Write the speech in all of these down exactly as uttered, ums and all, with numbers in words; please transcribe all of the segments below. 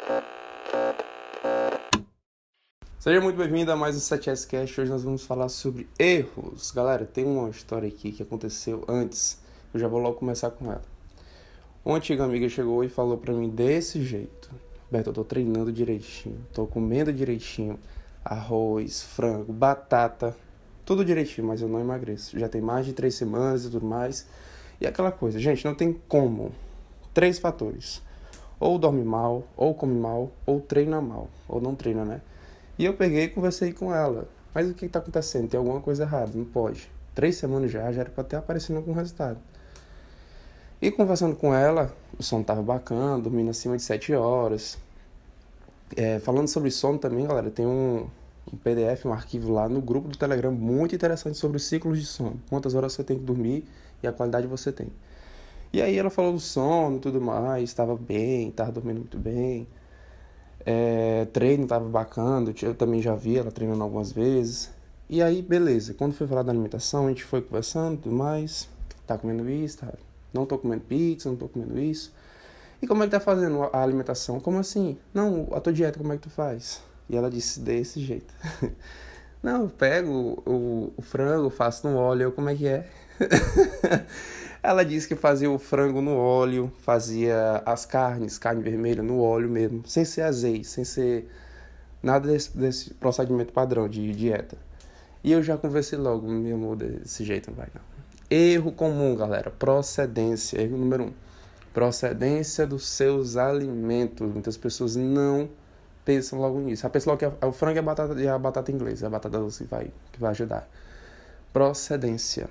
Seja muito bem-vindo a mais um sete S Cast. Hoje nós vamos falar sobre erros. Galera, tem uma história aqui que aconteceu antes. Eu já vou logo começar com ela. Uma antiga amiga chegou e falou pra mim desse jeito: Beto, eu tô treinando direitinho, tô comendo direitinho, arroz, frango, batata, tudo direitinho, mas eu não emagreço. Já tem mais de três semanas e tudo mais. E aquela coisa, gente, não tem como. Três fatores: ou dorme mal, ou come mal, ou treina mal, ou não treina, né? E eu peguei e conversei com ela. Mas o que está acontecendo? Tem alguma coisa errada, não pode. Três semanas já, já era para ter aparecido algum resultado. E conversando com ela, o sono estava bacana, dormindo acima de sete horas. É, falando sobre sono também, galera, tem um, um P D F, um arquivo lá no grupo do Telegram muito interessante sobre os ciclos de sono. Quantas horas você tem que dormir e a qualidade você tem. E aí ela falou do sono e tudo mais, estava bem, estava dormindo muito bem. É, treino tava bacana, eu também já vi ela treinando algumas vezes. E aí, beleza, quando foi falar da alimentação, a gente foi conversando e tudo mais. Tá comendo isso, tá? Não tô comendo pizza, não tô comendo isso. E como é que tá fazendo a alimentação? Como assim? Não, a tua dieta, como é que tu faz? E ela disse desse jeito: Não, eu pego o, o frango, faço no óleo, eu, como é que é? Ela disse que fazia o frango no óleo, fazia as carnes, carne vermelha no óleo mesmo, sem ser azeite, sem ser nada desse, desse procedimento padrão de dieta. E eu já conversei logo, meu amor, desse jeito não vai não. Erro comum, galera, procedência, erro número um. Procedência dos seus alimentos. Muitas pessoas não pensam logo nisso. A pessoa que é o frango e a batata, e a batata inglesa, a batata doce vai, que vai ajudar. Procedência.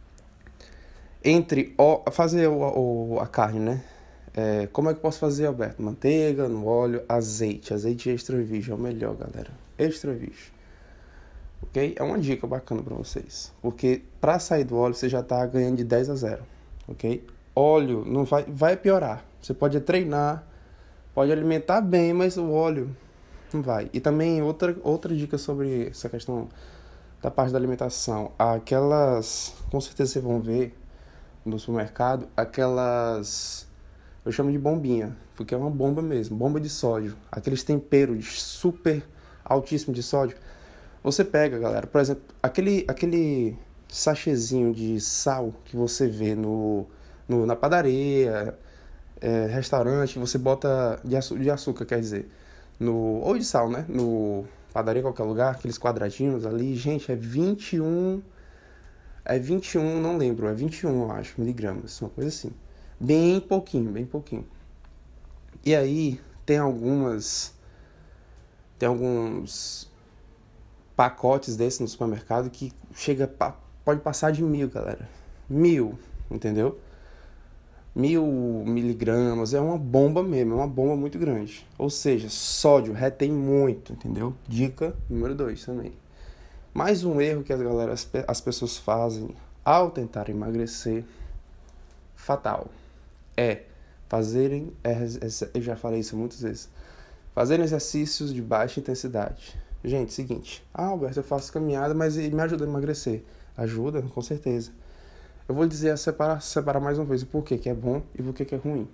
Entre o, fazer o, o, a carne, né? É, como é que eu posso fazer, Alberto? Manteiga, no óleo, azeite. Azeite extra virgem é o melhor, galera. Extra virgem. Ok? É uma dica bacana para vocês. Porque para sair do óleo, você já tá ganhando de dez a zero. Ok? Óleo não vai, vai piorar. Você pode treinar, pode alimentar bem, mas o óleo não vai. E também outra, outra dica sobre essa questão da parte da alimentação. Aquelas, com certeza vocês vão ver no supermercado, aquelas, eu chamo de bombinha, porque é uma bomba mesmo, bomba de sódio, aqueles temperos super altíssimos de sódio. Você pega, galera, por exemplo, aquele, aquele sachêzinho de sal que você vê no, no, na padaria, é, restaurante, você bota de, açu- de açúcar, quer dizer, no, ou de sal, né, no padaria, qualquer lugar, aqueles quadradinhos ali, gente, é vinte e um É vinte e um, não lembro, é vinte e um, eu acho, miligramas, uma coisa assim. Bem pouquinho, bem pouquinho. E aí, tem algumas. Tem alguns pacotes desses no supermercado que chega. Pode passar de mil, galera. Mil, entendeu? Mil miligramas, é uma bomba mesmo, é uma bomba muito grande. Ou seja, sódio retém muito, entendeu? Dica número dois também. Mais um erro que as, galera, as, as pessoas fazem ao tentar emagrecer, fatal, é fazerem, é, eu já falei isso muitas vezes, fazerem exercícios de baixa intensidade. Gente, seguinte, ah, Alberto, eu faço caminhada, mas me ajuda a emagrecer. Ajuda, com certeza. Eu vou dizer a separar, separar mais uma vez o porquê que é bom e o porquê que é ruim.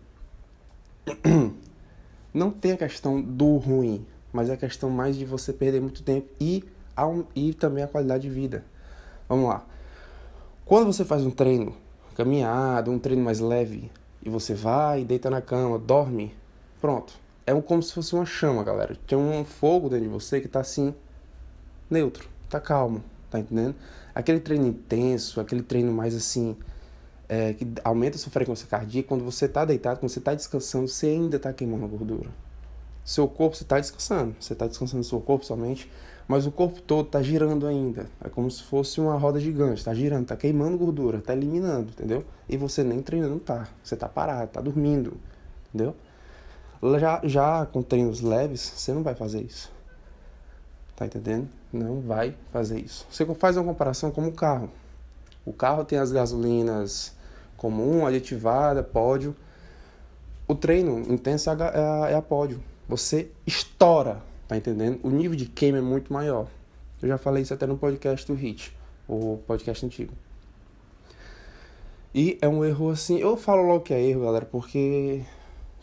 Não tem a questão do ruim, mas é a questão mais de você perder muito tempo e e também a qualidade de vida. Vamos lá. Quando você faz um treino, caminhada, um treino mais leve, e você vai, deita na cama, dorme, pronto. É como se fosse uma chama, galera. Tem um fogo dentro de você que tá assim, neutro, tá calmo, tá entendendo? Aquele treino intenso, aquele treino mais assim, é, que aumenta a sua frequência cardíaca, quando você tá deitado, quando você tá descansando, você ainda tá queimando a gordura. Seu corpo, você tá descansando, você tá descansando seu corpo somente, mas o corpo todo tá girando ainda. É como se fosse uma roda gigante, tá girando, tá queimando gordura, tá eliminando, entendeu? E você nem treinando tá, você tá parado, tá dormindo, entendeu? Já, já com treinos leves, você não vai fazer isso. Tá entendendo? Não vai fazer isso. Você faz uma comparação como o carro. O carro tem as gasolinas comum, aditivada, pódio. O treino intenso é a, é a pódio. Você estoura, tá entendendo? O nível de queima é muito maior. Eu já falei isso até no podcast do Hit, o podcast antigo. E é um erro assim, eu falo logo que é erro, galera, porque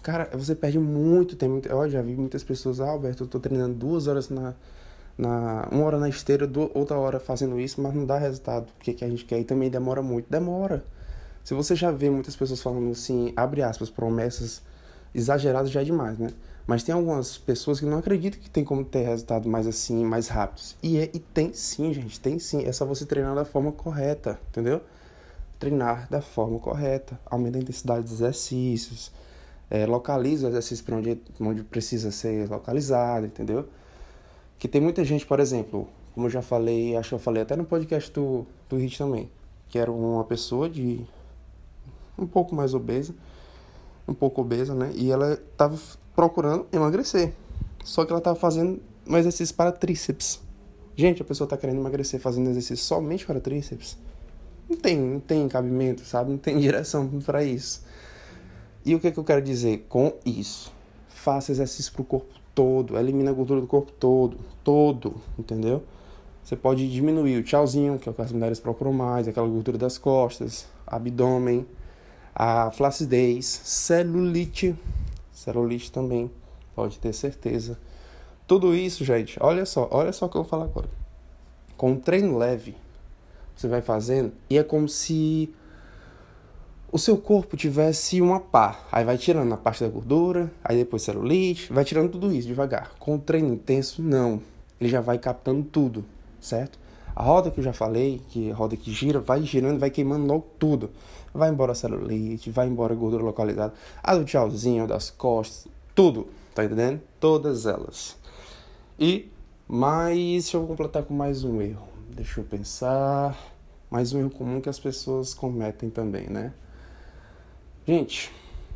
Cara, você perde muito tempo. Eu já vi muitas pessoas, ah, Alberto, eu tô treinando duas horas na, na uma hora na esteira, duas, outra hora fazendo isso, mas não dá resultado. O que, que a gente quer? E também demora muito. Demora. Se você já vê muitas pessoas falando assim, abre aspas, promessas exageradas, já é demais, né? Mas tem algumas pessoas que não acreditam que tem como ter resultado mais assim, mais rápidos. E, é, e tem sim, gente, tem sim. É só você treinar da forma correta, entendeu? Treinar da forma correta. Aumenta a intensidade dos exercícios. É, localiza o exercício para onde, onde precisa ser localizado, entendeu? Que tem muita gente, por exemplo, como eu já falei, acho que eu falei até no podcast do, do Hit também, que era uma pessoa de um pouco mais obesa, um pouco obesa, né? E ela estava procurando emagrecer. Só que ela estava fazendo um exercício para tríceps. Gente, a pessoa está querendo emagrecer fazendo exercício somente para tríceps. Não tem, não tem cabimento, sabe? Não tem direção para isso. E o que, que eu quero dizer com isso? Faça exercício para o corpo todo. Elimina a gordura do corpo todo. Todo, entendeu? Você pode diminuir o tchauzinho, que é o que as mulheres procuram mais, aquela gordura das costas, abdômen, a flacidez, celulite, celulite também, pode ter certeza. Tudo isso, gente, olha só, olha só o que eu vou falar agora. Com um treino leve, você vai fazendo e é como se o seu corpo tivesse uma pá. Aí vai tirando a parte da gordura, aí depois celulite, vai tirando tudo isso devagar. Com um treino intenso, não. Ele já vai captando tudo, certo? A roda que eu já falei, que a roda que gira, vai girando, vai queimando logo tudo. Vai embora a celulite, vai embora a gordura localizada, a do tchauzinho, a das costas, tudo, tá entendendo? Todas elas. E mais, deixa eu completar com mais um erro. Deixa eu pensar. Mais um erro comum que as pessoas cometem também, né? Gente,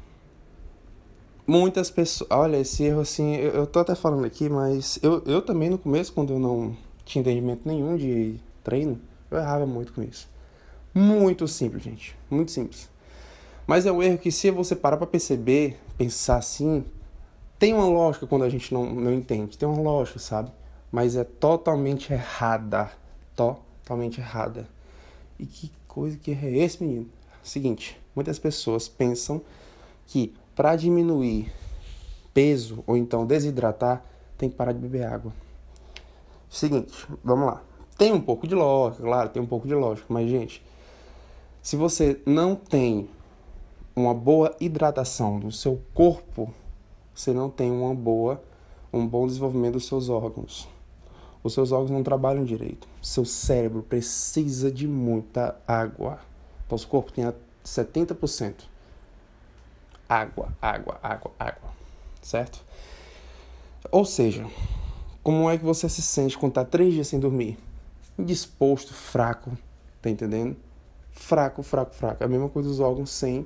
muitas pessoas... Olha, esse erro assim, eu, eu tô até falando aqui, mas eu, eu também no começo, quando eu não tinha entendimento nenhum de treino, eu errava muito com isso. Muito simples, gente. Muito simples. Mas é um erro que, se você parar pra perceber, pensar assim, tem uma lógica quando a gente não, não entende. Tem uma lógica, sabe? Mas é totalmente errada. Totalmente errada. E que coisa que é esse, menino? Seguinte, muitas pessoas pensam que para diminuir peso ou então desidratar, tem que parar de beber água. Seguinte, vamos lá. Tem um pouco de lógica, claro, tem um pouco de lógica, mas, gente, se você não tem uma boa hidratação do seu corpo, você não tem uma boa, um bom desenvolvimento dos seus órgãos. Os seus órgãos não trabalham direito. Seu cérebro precisa de muita água. Nosso corpo tem setenta por cento água, água, água, água. Certo? Ou seja, como é que você se sente quando está três dias sem dormir? Indisposto, fraco. Tá entendendo? Fraco, fraco, fraco. É a mesma coisa dos órgãos sem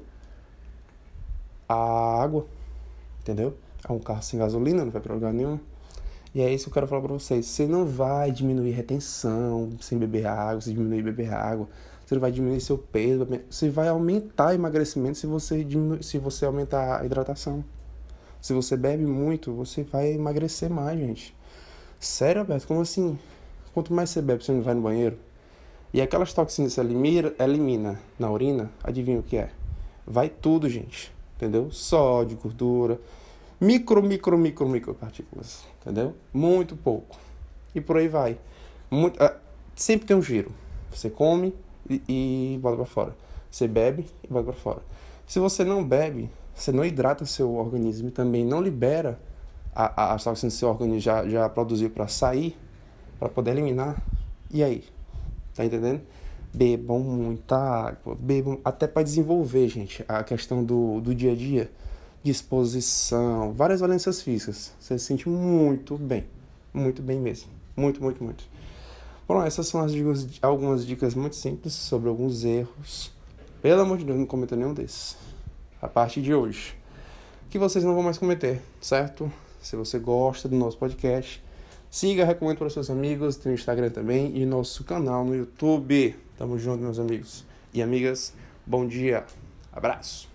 a água. Entendeu? É um carro sem gasolina, não vai para lugar nenhum. E é isso que eu quero falar para vocês. Você não vai diminuir retenção sem beber água, se diminuir beber água. Você não vai diminuir seu peso. Você vai aumentar o emagrecimento se você, diminuir, se você aumentar a hidratação. Se você bebe muito, você vai emagrecer mais, gente. Sério, Alberto? Como assim? Quanto mais você bebe, você não vai no banheiro? E aquelas toxinas que você elimina, elimina na urina, adivinha o que é? Vai tudo, gente. Entendeu? Sódio, gordura, micro, micro, micro, micro partículas. Entendeu? Muito pouco. E por aí vai. Muito, ah, sempre tem um giro. Você come e, e bota pra fora. Você bebe e bota pra fora. Se você não bebe, você não hidrata seu organismo e também não libera a, a, as toxinas que seu organismo já, já produziu para sair, para poder eliminar. E aí? Tá entendendo? Bebam muita água. Bebam até para desenvolver, gente, a questão do, do dia a dia. Disposição, várias valências físicas. Você se sente muito bem. Muito bem mesmo. Muito, muito, muito. Bom, essas são as dicas, algumas dicas muito simples sobre alguns erros. Pelo amor de Deus, não cometa nenhum desses. A partir de hoje. Que vocês não vão mais cometer, certo? Se você gosta do nosso podcast, siga, recomende para os seus amigos. Tem o Instagram também e nosso canal no YouTube. Tamo junto, meus amigos e amigas. Bom dia. Abraço.